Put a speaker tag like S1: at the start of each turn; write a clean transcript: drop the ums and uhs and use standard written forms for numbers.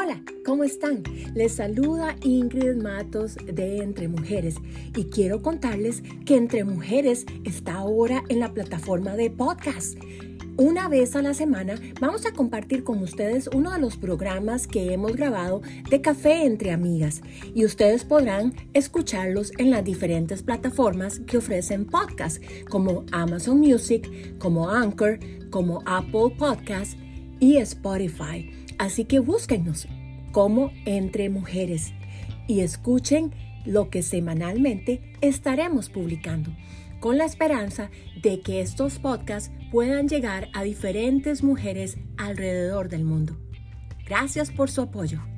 S1: Hola, ¿cómo están? Les saluda Ingrid Matos de Entre Mujeres y quiero contarles que Entre Mujeres está ahora en la plataforma de podcast. Una vez a la semana vamos a compartir con ustedes uno de los programas que hemos grabado de Café Entre Amigas y ustedes podrán escucharlos en las diferentes plataformas que ofrecen podcast como Amazon Music, como Anchor, como Apple Podcast y Spotify. Así que búsquennos como Entre Mujeres y escuchen lo que semanalmente estaremos publicando, con la esperanza de que estos podcasts puedan llegar a diferentes mujeres alrededor del mundo. Gracias por su apoyo.